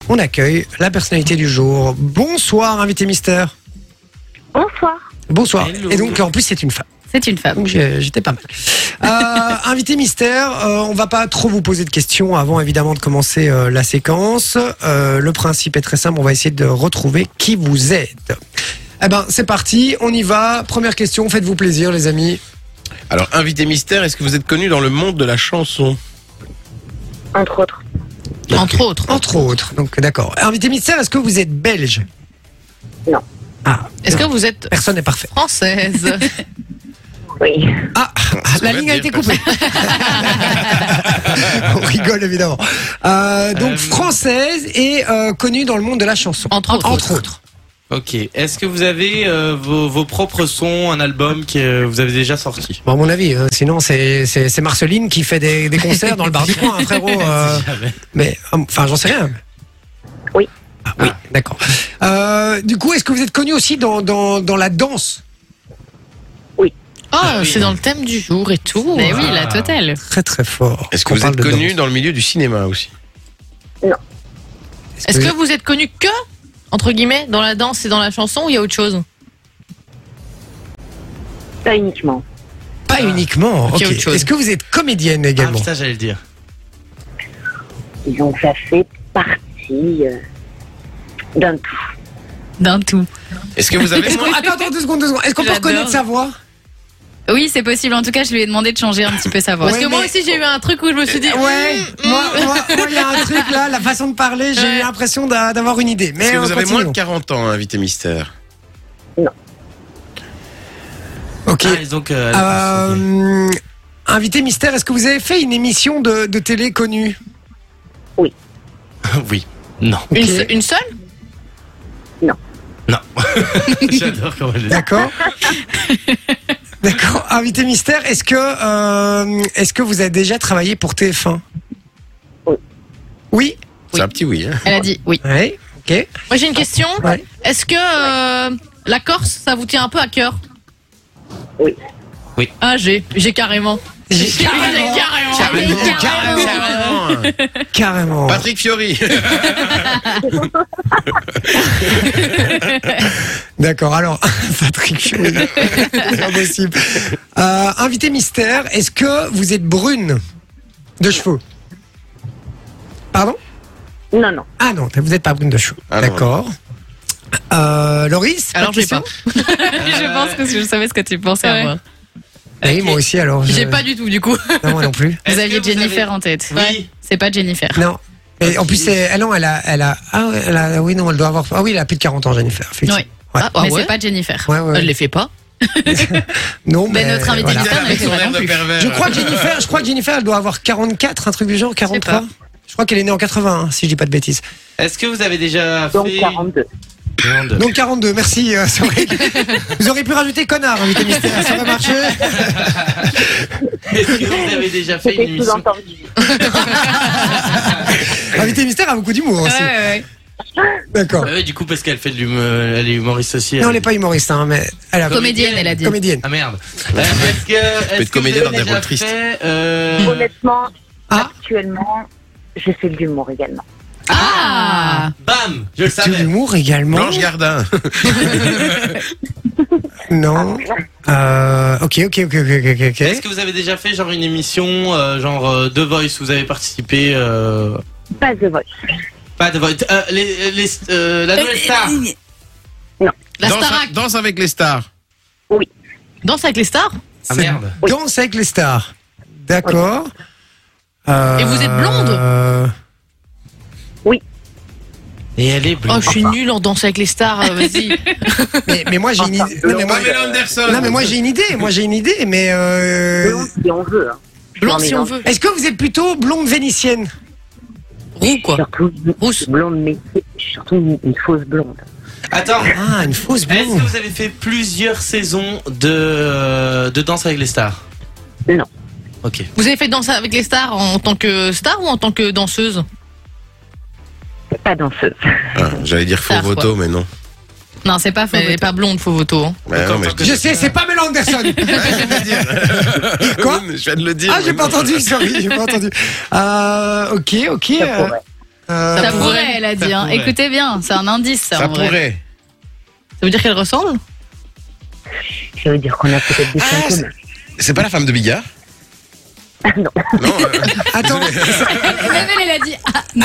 on accueille la personnalité du jour. Bonsoir, invité mystère. Bonsoir. Bonsoir. Hello. Et donc, en plus, c'est une femme. C'est une femme. Donc, j'étais pas mal. Invité mystère, on va pas trop vous poser de questions avant, évidemment, de commencer la séquence. Le principe est très simple. On va essayer de retrouver qui vous êtes. Eh ben, c'est parti. On y va. Première question. Faites-vous plaisir, les amis. Alors, invité mystère, est-ce que vous êtes connu dans le monde de la chanson? Entre autres. Entre autres. Entre autres. Donc, d'accord. Invité mystère, est-ce que vous êtes belge? Non. Ah. Est-ce que non. vous êtes Personne n'est parfait. française? Oui. Ah, la ligne a été coupée. On rigole évidemment. Donc française et connue dans le monde de la chanson. Entre autres. Ok. Est-ce que vous avez vos propres sons, un album que vous avez déjà sorti? Bon, à mon avis, sinon c'est Marceline qui fait des concerts dans le bar du coin, hein, frérot. Mais enfin, j'en sais rien. Oui. Ah, oui, d'accord. Du coup, est-ce que vous êtes connu aussi dans la danse? Oh, oui. c'est dans le thème du jour et tout. Mais oui, la totale. Très très fort. Est-ce que Qu'on vous parle êtes de connu danse. dans le milieu du cinéma aussi? Est-ce que vous êtes connu que, entre guillemets, dans la danse et dans la chanson, ou il y a autre chose? Pas uniquement. Pas uniquement. Ok, Ok. autre chose. Est-ce que vous êtes comédienne Ah également? putain, j'allais le dire. Donc ça fait partie d'un tout. D'un tout. Est-ce que vous avez Attends, 2 secondes. Est-ce qu'on peut J'adore. reconnaître sa voix? Oui, c'est possible. En tout cas, je lui ai demandé de changer un petit peu sa voix. Ouais, Parce que moi mais- aussi, j'ai eu un truc où je me suis dit. Ouais, moi, il y a un truc là, la façon de parler, j'ai eu l'impression d'avoir une idée. Mais Est-ce que vous avez moins de continuons. 40 ans, invité mystère? Ok. Ah, et donc, Invité mystère, est-ce que vous avez fait une émission de télé connue? oui. Non. Une seule? Non. J'adore comment elle le dit. D'accord. D'accord. Invité mystère, est-ce que vous avez déjà travaillé pour TF1? Oui. Oui. C'est un petit oui. Hein. Elle a dit oui. Ouais. Ok. Moi, j'ai une question. Ouais. Est-ce que la Corse, ça vous tient un peu à cœur? Oui. Ah, j'ai carrément. Carrément. Patrick Fiori. D'accord. Alors, Patrick Fiori. C'est pas possible. Invité mystère, est-ce que vous êtes brune de cheveux? Pardon? Non, non. Ah non, vous n'êtes pas brune de cheveux. Ah non, D'accord. Loris? Alors, de j'ai pas. question? Je pense que je savais ce que tu pensais à Ouais. moi. Oui, moi aussi alors. J'ai pas du tout, du coup. Non, moi non plus. Vous Est-ce aviez que vous Jennifer avez- en tête. Oui. C'est pas Jennifer. Non. Et en plus, non, elle a, oui, non, elle doit avoir, oui, elle a plus de 40 ans, Jennifer. effectivement. Oui. Ouais. Ah, Mais ouais. c'est pas Jennifer. Ouais. Elle les fait pas. Non, mais. Mais notre invité voilà. mystère ne les Avec fait son pas air non de plus. pervers. Je crois que Jennifer, elle doit avoir 44, un truc du genre, 43. pas. Je crois qu'elle est née en 80, si je dis pas de bêtises. Est-ce que vous avez déjà Donc fait 42. Donc 42, merci. Ça aurait- Vous auriez pu rajouter connard, invité mystère, ça aurait marché. Est-ce que vous avez déjà fait une C'était émission? sous-entendu. Invité mystère a beaucoup d'humour aussi. Ouais. D'accord. Ah ouais, du coup, parce qu'elle fait de l'humour, elle est humoriste aussi. Non, elle n'est pas humoriste, hein, mais elle a Comédienne, elle a dit. comédienne. Ah merde. Est-ce être que comédienne vous dans avez des rôles déjà tristes. fait, Honnêtement, Ah. actuellement, je fais de l'humour également. Ah. Bam, je le De savais. l'humour également. Blanche Gardin. Non. Ok. Est-ce que vous avez déjà fait genre une émission genre The Voice? Vous avez participé Pas The Voice. pas The Voice. La nouvelle star. La Starac. Danse avec les stars. Danse avec les stars. Ah merde. Oui. Danse avec les stars. D'accord. Et vous êtes blonde? Et elle est bleue. Oh, je suis nulle en danse avec les stars. Vas-y. Mais moi j'ai une idée. Non, mais moi, Pamela Anderson. non, mais moi j'ai une idée. Mais Blonde si on veut. Hein. Blonde J'en ai si on dans- veut. est-ce que vous êtes plutôt blonde vénitienne? Roux, quoi. Surtout Rousse. blonde, mais surtout une fausse blonde. Attends. Ah, une fausse Est-ce blonde. que vous avez fait plusieurs saisons de Danse avec les stars? Non. Ok. Vous avez fait Danse avec les stars en tant que star ou en tant que danseuse? Pas danseuse. Ah, j'allais dire faux Star, quoi. voto, mais non. Non, c'est pas faux. Mais elle est pas blonde, faux voto. Hein. Ouais, non, mais Je sais, c'est pas Pamela Anderson. Quoi? Je viens de le dire. Ah, j'ai pas entendu, sorry, j'ai pas entendu. Ok. Ça pourrait. Ça pourrait, elle a dit. Hein. pourrait. Écoutez bien, c'est un indice, ça. Ça en vrai. pourrait. Ça veut dire qu'elle ressemble? Ça veut dire qu'on a peut-être des points communs. C'est pas la femme de Bigard? Non. Non. Attends. Même elle a dit. Ah, Non,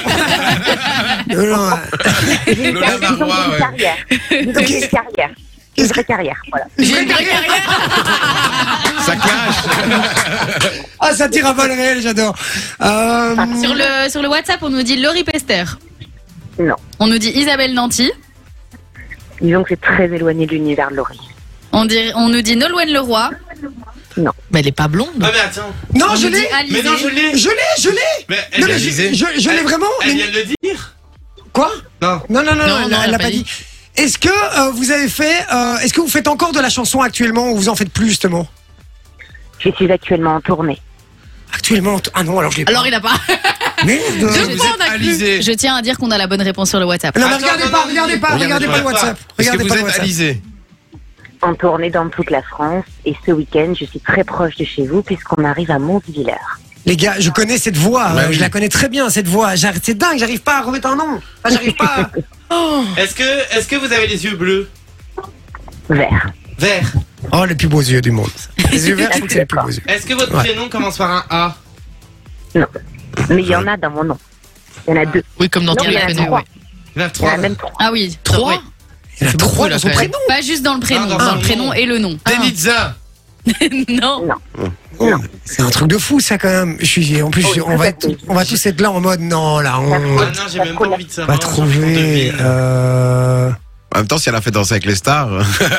non, Lola Disons que Marois, j'ai une ouais. carrière. Disons que j'ai une carrière. Une vraie carrière, voilà. j'ai une vraie carrière. Ça clash. Ah, ça tire à balles réelles, j'adore. Sur le WhatsApp, on nous dit Laurie Pester. Non. On nous dit Isabelle Nanty. Disons que c'est très éloigné de l'univers de Laurie. On nous dit Nolwenn Leroy. Mais elle est pas blonde. Ah mais attends. Non, On je nous dit l'ai. Alizée. Mais non, je l'ai. Je l'ai. Mais Non, elle mais vient je- de- je l'ai vraiment. Elle mais- vient de le dire. Quoi? Non. Non, Non, elle l'a pas dit. Est-ce que vous avez fait. Est-ce que vous faites encore de la chanson actuellement ou vous en faites plus justement? Je suis actuellement en tournée. Actuellement. Ah non, alors je l'ai pas. Alors il a pas. Merde. Vous êtes Alizé. Je tiens à dire qu'on a la bonne réponse sur le WhatsApp. Non, mais Attends, regardez non, pas, non, regardez pas le pas. WhatsApp. Est-ce que Regardez vous pas le êtes WhatsApp. Alizé? En tournée dans toute la France. Et ce week-end, je suis très proche de chez vous puisqu'on arrive à Montvillers. Les gars, je connais cette voix. Bah oui. Je la connais très bien cette voix. C'est dingue, j'arrive pas à remettre un nom. Enfin, j'arrive pas. Est-ce que vous avez les yeux bleus? Vert. Verts. Oh, les plus beaux yeux du monde. Les yeux verts, je trouve que c'est les plus beaux yeux. Est-ce que votre Ouais. prénom commence par un A? Mais il y en a dans mon nom. Il y en a deux. Oui, comme dans Non, tous il y les en a prénoms. trois. Ouais. Il y en a Il y en a trois. même trois. Ah oui. 3? Il y en a C'est trois beaucoup, dans là, son quand même. prénom. Pas juste dans le prénom, Ah, dans dans le le prénom nom. et le nom. Denitza. Non. Oh, c'est un truc de fou ça quand même. En plus, Oui, on va tous être là en mode non là, Ah on non, j'ai même pas envie de savoir. va trouver. En même temps, si elle a fait danser avec les stars.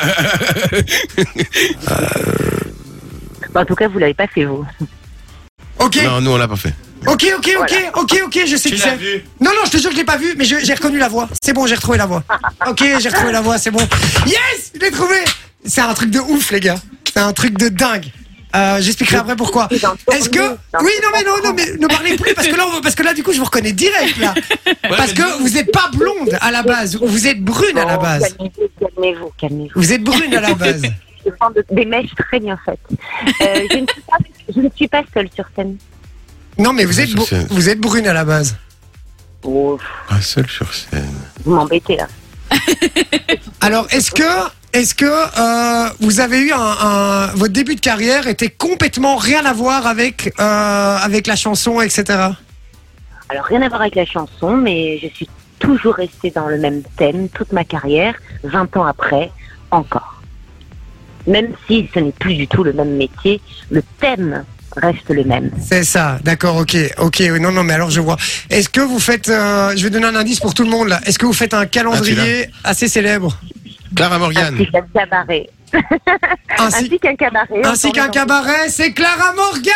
Bah, en tout cas, vous l'avez pas fait, vous. Ok, Non, nous on l'a pas fait. ok, je sais Tu qui l'as c'est. vu? Non, je te jure que je l'ai pas vu, mais j'ai reconnu la voix. C'est bon, j'ai retrouvé la voix. Ok, j'ai retrouvé la voix, c'est bon. Yes, je l'ai trouvé. C'est un truc de ouf, les gars. C'est un truc de dingue. J'expliquerai après pourquoi. Est-ce que oui, non, mais ne parlez plus parce que là, du coup, je vous reconnais direct là. Parce mais que nous- vous n'êtes pas blonde à la base, vous êtes brune à la Non, base. calmez-vous. Vous êtes brune à la base. Je prends des mèches très bien faites. Je ne suis pas seule sur scène. Non, mais vous êtes Sur scène. vous êtes brune à la base. Oh, Pas seul sur scène. vous m'embêtez là. Alors, est-ce que vous avez eu votre début de carrière était complètement rien à voir avec la chanson, etc. Alors, rien à voir avec la chanson, mais je suis toujours restée dans le même thème toute ma carrière, 20 ans après, encore. Même si ce n'est plus du tout le même métier, le thème reste le même. C'est ça, d'accord, ok, oui, non, mais alors je vois. Est-ce que vous faites, je vais donner un indice pour tout le monde là. Est-ce que vous faites un calendrier assez célèbre, Clara Morgan. Ainsi qu'un cabaret. Ainsi qu'un cabaret. ainsi qu'un cabaret, c'est Clara Morgan.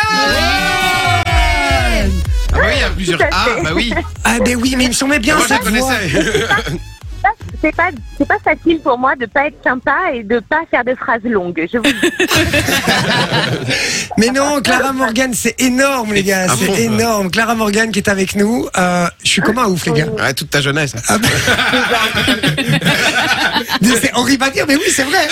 Ah bah oui, il y a plusieurs Tout à A, fait. bah oui. Ah ben oui, mais il me semblait bien Moi je ça. la connaissais. C'est pas facile pour moi de pas être sympa et de pas faire de phrases longues. Je vous le dis. Mais non, Clara Morgan, c'est énorme les gars, À c'est fond. énorme. Clara Morgan qui est avec nous. Je suis comme un ouf les gars. Ouais, toute ta jeunesse. Ah ben- C'est horrible à dire, mais oui, c'est vrai.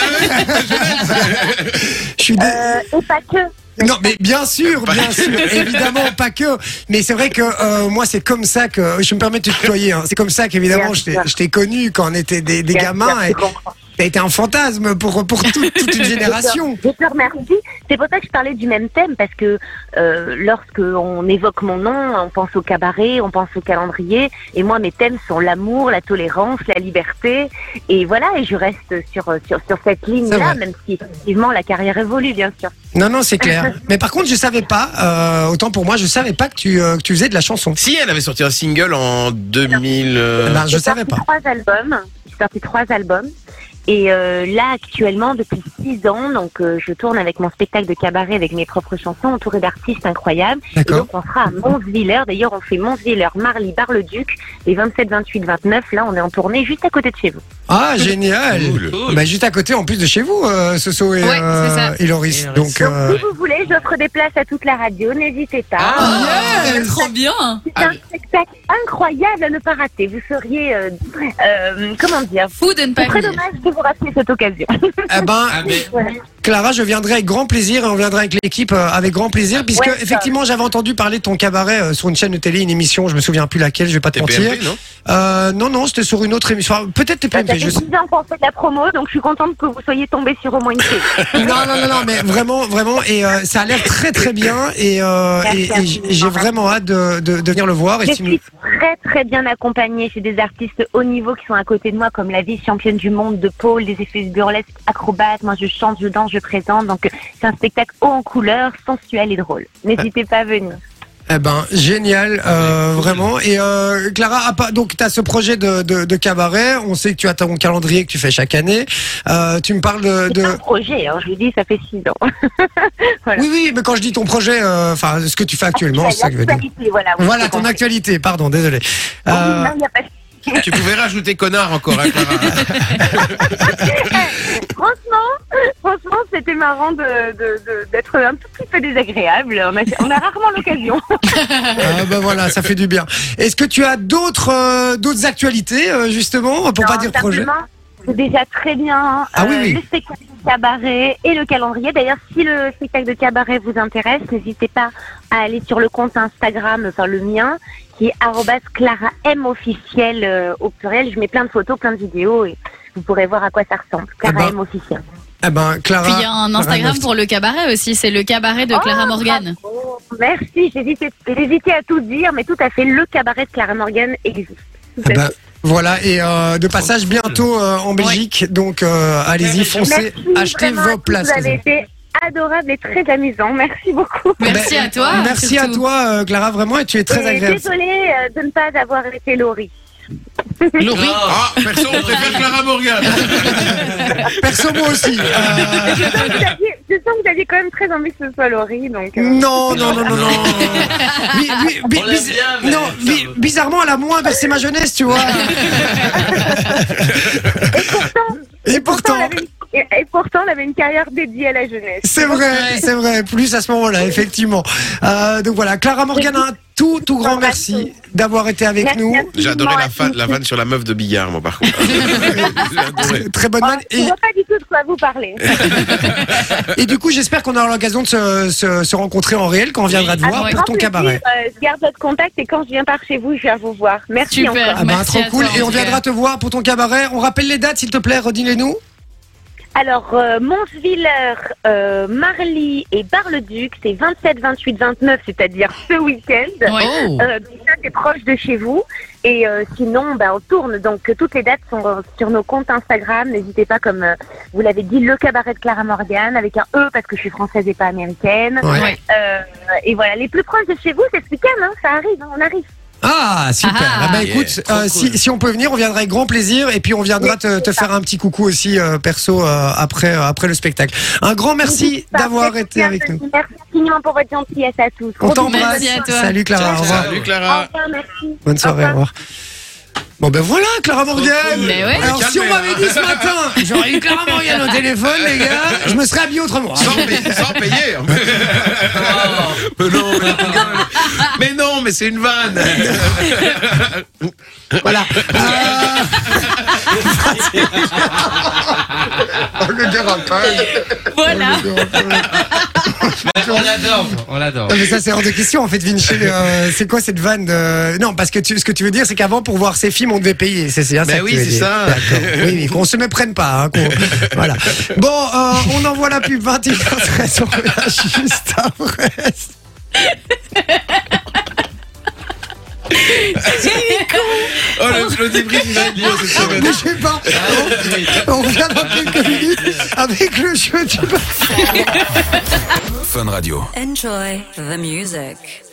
Je suis Et pas que. Non, mais bien sûr, évidemment, pas que. Mais c'est vrai que moi, c'est comme ça que je me permets de te tutoyer. Hein. C'est comme ça qu'évidemment, Bien sûr. je t'ai connu quand on était des Bien gamins. sûr, Et je comprends. t'as été un fantasme pour toute une génération. Je te remercie. C'est pour ça que je parlais du même thème, parce que lorsque on évoque mon nom, on pense au cabaret, on pense au calendrier, et moi mes thèmes sont l'amour, la tolérance, la liberté, et voilà, et je reste sur cette C'est ligne-là, vrai. même si effectivement la carrière évolue, bien sûr. Non, c'est clair. Mais par contre, je savais pas. Autant pour moi, je savais pas que tu faisais de la chanson. Si, elle avait sorti un single en 2000. Ben, je J'ai savais sorti pas. 3 albums. J'ai sorti 3 albums. Et là, actuellement, depuis 6 ans, donc je tourne avec mon spectacle de cabaret avec mes propres chansons, entouré d'artistes incroyables. Et D'accord. donc, on sera à Montvillers. D'ailleurs, on fait Montvillers, Marly, Bar-le-Duc, les 27, 28, 29. Là, on est en tournée juste à côté de chez vous. Ah, génial. Cool. Bah, juste à côté, en plus de chez vous, Soso et, Ouais, c'est ça. et Loris. Et Loris. Donc, Donc, si vous voulez, j'offre des places à toute la radio, n'hésitez pas. yes. Trop bien. C'est un spectacle incroyable à ne pas rater. Vous seriez, comment dire, Fou de ne pas c'est très venir. dommage que vous ratiez cette occasion. eh ben, Ah, mais Voilà. Clara, je viendrai avec grand plaisir et on viendra avec l'équipe avec grand plaisir, puisque Ouais, effectivement, j'avais entendu parler de ton cabaret sur une chaîne de télé, une émission, je me souviens plus laquelle, je vais pas te mentir. TPMP, non Non, c'était sur une autre émission. Enfin, peut-être Ça TPMP, fait je sais. 10 ans qu'on fait de la promo, donc je suis contente que vous soyez tombés sur au moins une série. Non, mais vraiment, et ça a l'air très très bien, et j'ai vraiment hâte de venir le voir. Et Je si nous- suis très très bien accompagnée. J'ai des artistes haut niveau qui sont à côté de moi, comme la vice-championne du monde de pôle, des effets burlesques, acrobates. Moi, je chante, je danse, je présente. Donc, c'est un spectacle haut en couleurs, sensuel et drôle. N'hésitez pas à venir. Eh ben, génial, vraiment. Et Clara, donc tu as ce projet de cabaret. On sait que tu as ton calendrier que tu fais chaque année. Tu me parles C'est un projet, hein, je vous dis, ça fait 6 ans. Voilà. Oui, mais quand je dis ton projet, enfin, ce que tu fais actuellement, c'est ça que je veux dire. L'actualité, voilà. oui, Voilà, j'ai ton compris. actualité, pardon, désolé. Non, il y a pas de- Tu pouvais rajouter connard encore, hein, Clara. Franchement, c'était marrant d'être un tout petit peu désagréable. On a rarement l'occasion. Ben voilà, ça fait du bien. Est-ce que tu as d'autres actualités, justement, pour pas Non, dire projet? simplement, c'est déjà très bien. Ah oui. Le spectacle de cabaret et le calendrier. D'ailleurs, si le spectacle de cabaret vous intéresse, n'hésitez pas à aller sur le compte Instagram, enfin le mien, qui est @ClaraMofficiel au pluriel. Je mets plein de photos, plein de vidéos et vous pourrez voir à quoi ça ressemble. Clara ben, M officiel. Eh ben, Clara. Puis il y a un Instagram pour le cabaret aussi, c'est le cabaret de Clara Morgan. Bravo. Merci, j'hésitais à tout dire, mais tout à fait, le cabaret de Clara Morgan existe. Tout à Eh ben, fait. voilà, et de passage bientôt en Belgique, donc allez-y, foncez, Merci achetez vraiment à vos tous, places. Vous avez été adorable et très amusant. Merci beaucoup. Merci à toi. Merci à surtout. toi, Clara, vraiment, et tu es très Et agréable. désolée de ne pas avoir été Laurie. Laurie. Ah, perso, on préfère Clara Morgan. Perso, moi aussi. Je sens que vous aviez quand même très envie que ce soit Laurie. Donc, Non. On l'aime bien, mais non, ça va. bizarrement, elle a moins versé ma jeunesse, tu vois. Et pourtant. Et pourtant, elle avait une carrière dédiée à la jeunesse. C'est vrai, plus à ce moment-là, effectivement. Donc voilà, Clara Morgan, un tout grand merci d'avoir été avec Merci nous. J'ai adoré infiniment la à tous. vanne sur la meuf de Bigard, moi, par contre. J'ai adoré. Très bonne Oh, vanne. je ne vois pas du tout de quoi vous parlez. Et du coup, j'espère qu'on aura l'occasion de se rencontrer en réel quand on viendra te voir Ah ouais. pour ton Grand cabaret. plaisir, je garde votre contact et quand je viens par chez vous, je viens vous voir. Merci Super. encore. Ah ben, Merci trop à cool. toi, Et en on tout cas. viendra te voir pour ton cabaret. On rappelle les dates, s'il te plaît, redis-les-nous. Alors, Monsviller, Marly et Bar-le-Duc, c'est 27, 28, 29, c'est-à-dire ce week-end. Ouais. Oh. Donc ça, c'est proche de chez vous. Et sinon, on tourne. Donc, toutes les dates sont sur nos comptes Instagram. N'hésitez pas, comme vous l'avez dit, le cabaret de Clara Morgan, avec un E, parce que je suis française et pas américaine. Ouais. Ouais. Et voilà, les plus proches de chez vous, c'est ce week-end. Hein, ça arrive, hein, on arrive. Ah, super. Ah, Ah bah, yeah, écoute, trop cool. si on peut venir, on viendra avec grand plaisir. Et puis, on viendra te faire un petit coucou aussi, perso, après le spectacle. Un grand merci d'avoir été avec nous. Merci infiniment pour votre gentillesse à tous. On Gros t'embrasse. Merci à toi. Salut Clara, au revoir. Salut, bisous. Au Clara. revoir, merci. Bonne soirée, au revoir. Bon ben voilà, Clara Morgan. Mais ouais. Alors si on Calmez, m'avait dit ce matin, j'aurais eu Clara Morgan au téléphone, les gars, je me serais habillé autrement. Sans payer. Mais non, mais c'est une vanne. Voilà. Le dérapage. Voilà. On l'adore. Non, mais ça c'est hors de question en fait, Vinci. C'est quoi cette vanne Non, parce que ce que tu veux dire, c'est qu'avant pour voir ces films, on devait payer. C'est ça. Ben que oui, tu veux c'est dire. ça. D'accord. Oui, qu'on se méprenne pas. Hein, voilà. Bon, on envoie la pub 21h13. On revient juste après. Oh, le débrief, il va être beau cette semaine. Mais je sais pas. On revient dans quelques minutes avec le jeu du Fun Radio. Enjoy the music.